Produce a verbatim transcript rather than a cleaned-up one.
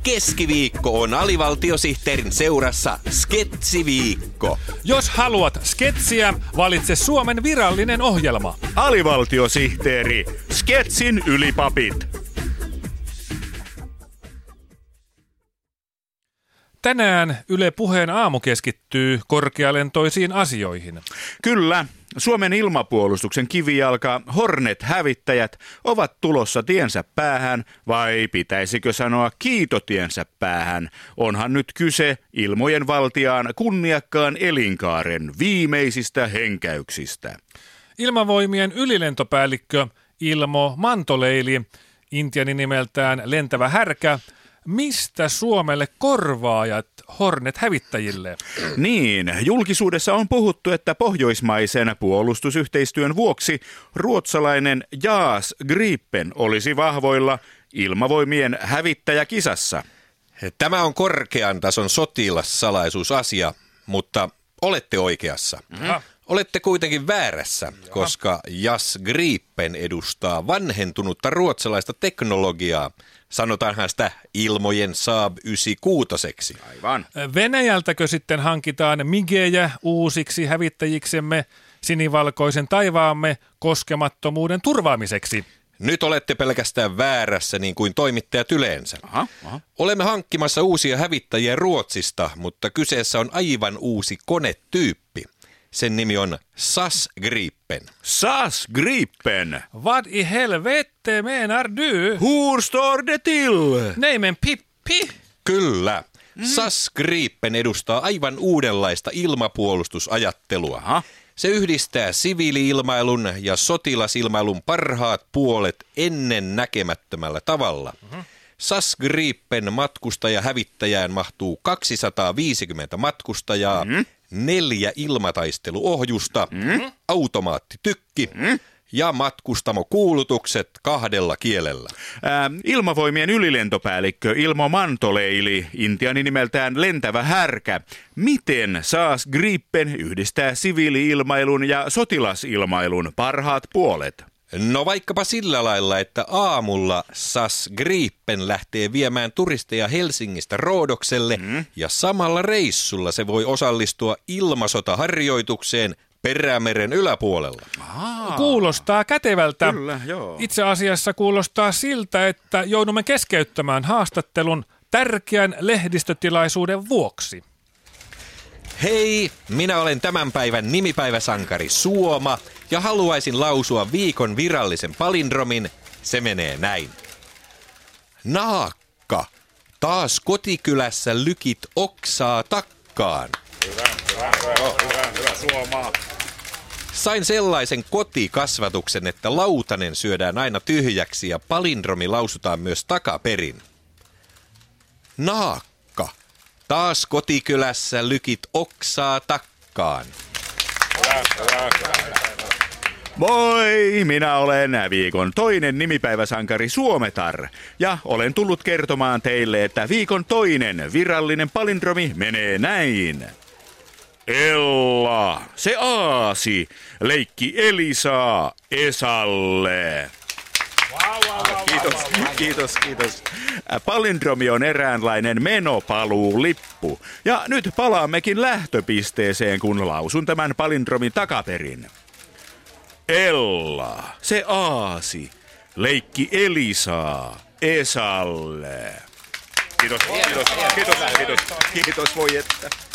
Keskiviikko on alivaltiosihteerin seurassa Sketsiviikko. Jos haluat sketsiä, valitse Suomen virallinen ohjelma. Alivaltiosihteeri, Sketsin ylipapit. Tänään Yle Puheen aamu keskittyy korkealentoisiin asioihin. Kyllä, Suomen ilmapuolustuksen kivijalka Hornet-hävittäjät ovat tulossa tiensä päähän, vai pitäisikö sanoa kiitotiensä päähän? Onhan nyt kyse ilmojen valtiaan kunniakkaan elinkaaren viimeisistä henkäyksistä. Ilmavoimien ylilentopäällikkö Ilmo Mantoleili, intiani nimeltään lentävä härkä. Mistä Suomelle korvaajat Hornet-hävittäjille? Niin, julkisuudessa on puhuttu, että pohjoismaisen puolustusyhteistyön vuoksi ruotsalainen JAS Gripen olisi vahvoilla ilmavoimien hävittäjäkisassa. Tämä on korkean tason sotilassalaisuusasia, mutta olette oikeassa. Mm-hmm. Olette kuitenkin väärässä, koska JAS Gripen edustaa vanhentunutta ruotsalaista teknologiaa. Sanotaanhan sitä ilmojen Saab yhdeksänkymmentäkuusi. Aivan. Venäjältäkö sitten hankitaan migejä uusiksi hävittäjiksemme sinivalkoisen taivaamme koskemattomuuden turvaamiseksi? Nyt olette pelkästään väärässä, niin kuin toimittajat yleensä. Aha, aha. Olemme hankkimassa uusia hävittäjiä Ruotsista, mutta kyseessä on aivan uusi konetyyppi. Sen nimi on SAS Gripen. SAS Gripen? Vad i helvete menar du? Hur står det till? Nej men Pippi. Kyllä. Mm. SAS Gripen edustaa aivan uudenlaista ilmapuolustusajattelua. Aha. Se yhdistää siviili-ilmailun ja sotilasilmailun parhaat puolet ennen näkemättömällä tavalla. Mm-hmm. SAS Gripen matkustajahävittäjään mahtuu kaksisataaviisikymmentä matkustajaa, mm-hmm. neljä ilmataisteluohjusta, mm-hmm. automaattitykki mm-hmm. ja matkustamokuulutukset kahdella kielellä. Ää, ilmavoimien ylilentopäällikkö Ilmo Mantoleili, intiani nimeltään lentävä härkä. Miten SAS Gripen yhdistää siviili-ilmailun ja sotilasilmailun parhaat puolet? No vaikkapa sillä lailla, että aamulla SAS Gripen lähtee viemään turisteja Helsingistä Roodokselle mm. ja samalla reissulla se voi osallistua ilmasotaharjoitukseen Perämeren yläpuolella. Aa. Kuulostaa kätevältä. Kyllä, joo. Itse asiassa kuulostaa siltä, että joudumme keskeyttämään haastattelun tärkeän lehdistötilaisuuden vuoksi. Hei, minä olen tämän päivän nimipäiväsankari Suoma ja haluaisin lausua viikon virallisen palindromin. Se menee näin. Naakka, taas kotikylässä lykit oksaa takkaan. Hyvä, hyvä, hyvä, hyvä, hyvä Suoma. Sain sellaisen kotikasvatuksen, että lautanen syödään aina tyhjäksi ja palindromi lausutaan myös takaperin. Naakka, taas kotikylässä lykit oksaa takkaan. Hyvä, hyvä, hyvä. Moi, minä olen viikon toinen nimipäiväsankari Suometar ja olen tullut kertomaan teille, että viikon toinen virallinen palindromi menee näin. Ella, se aasi, leikki Elisaa Esalle. Wow, wow, wow, kiitos, wow, wow, wow. kiitos, kiitos. Palindromi on eräänlainen menopaluulippu. Ja nyt palaammekin lähtöpisteeseen, kun lausun tämän palindromin takaperin. Ella, se aasi, leikki Elisaa Esalle. Kiitos, kiitos, kiitos, kiitos, kiitos, voi että.